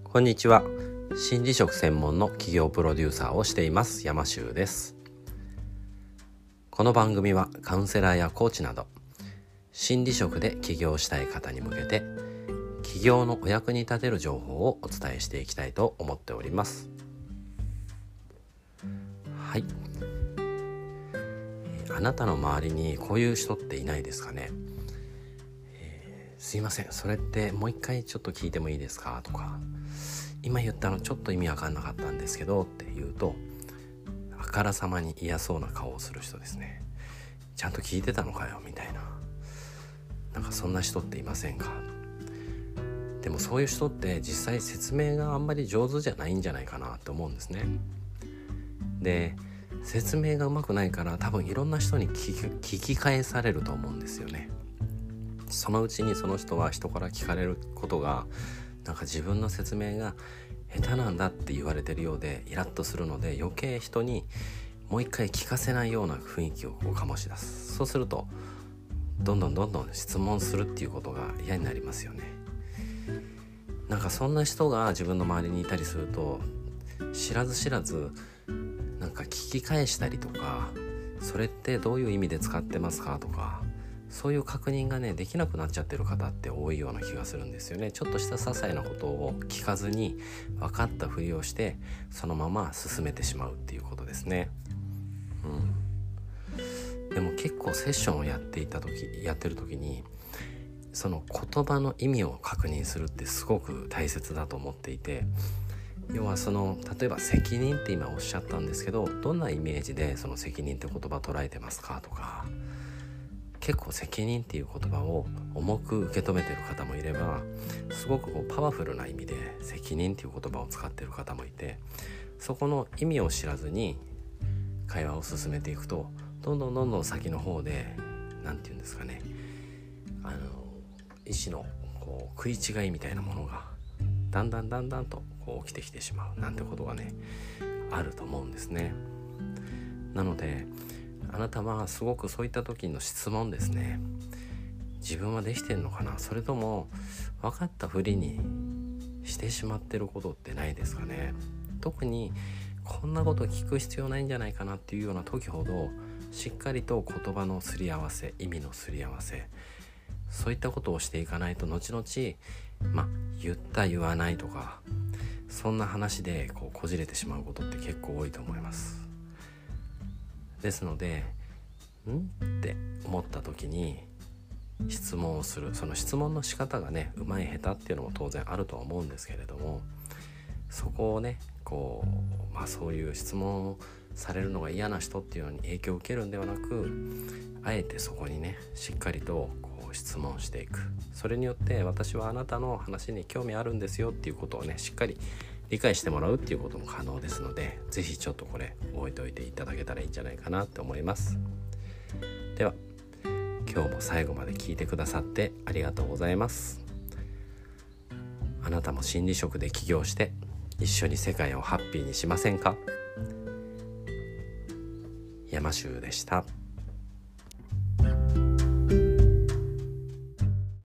こんにちは。心理職専門の企業プロデューサーをしています山修です。この番組はカウンセラーやコーチなど心理職で起業したい方に向けて起業のお役に立てる情報をお伝えしていきたいと思っております。はい、あなたの周りにこういう人っていないですかね。すいません、それってもう一回ちょっと聞いてもいいですかとか、今言ったのちょっと意味わかんなかったんですけどって言うと、あからさまに嫌そうな顔をする人ですね。ちゃんと聞いてたのかよみたいな、なんかそんな人っていませんか。でもそういう人って実際説明があんまり上手じゃないんじゃないかなって思うんですね。で、説明がうまくないから多分いろんな人に聞き返されると思うんですよね。そのうちにその人は人から聞かれることがなんか自分の説明が下手なんだって言われてるようでイラッとするので、余計人にもう一回聞かせないような雰囲気を醸し出す。そうするとどんどん質問するっていうことが嫌になりますよね。なんかそんな人が自分の周りにいたりすると、知らず知らずなんか聞き返したりとか、それってどういう意味で使ってますかとか、そういう確認がねできなくなっちゃってる方って多いような気がするんですよね。ちょっとした些細なことを聞かずに分かったふりをしてそのまま進めてしまうっていうことですね。でも結構セッションをやってる時にその言葉の意味を確認するってすごく大切だと思っていて、要は例えば責任って今おっしゃったんですけど、どんなイメージでその責任って言葉を捉えてますかとか、結構責任っていう言葉を重く受け止めてる方もいれば、すごくパワフルな意味で責任っていう言葉を使ってる方もいて、そこの意味を知らずに会話を進めていくとどんどん先の方でなんていうんですかね、意思の食い違いみたいなものがだんだんと起きてきてしまうなんてことがねあると思うんですね。なのであなたはすごくそういった時の質問ですね、自分はできてるのかな、それとも分かったふりにしてしまってることってないですかね。特にこんなこと聞く必要ないんじゃないかなっていうような時ほど、しっかりと言葉のすり合わせ、意味のすり合わせ、そういったことをしていかないと後々言った言わないとか、そんな話でこじれてしまうことって結構多いと思います。ですのでって思った時に質問をする、その質問の仕方がねうまい下手っていうのも当然あるとは思うんですけれども、そこをねそういう質問をされるのが嫌な人っていうのに影響を受けるんではなく、あえてそこにねしっかりと質問していく。それによって私はあなたの話に興味あるんですよっていうことをねしっかり理解してもらうっていうことも可能ですので、ぜひちょっとこれ覚えておいていただけたらいいんじゃないかなって思います。では今日も最後まで聞いてくださってありがとうございます。あなたも心理職で起業して一緒に世界をハッピーにしませんか。山修でした。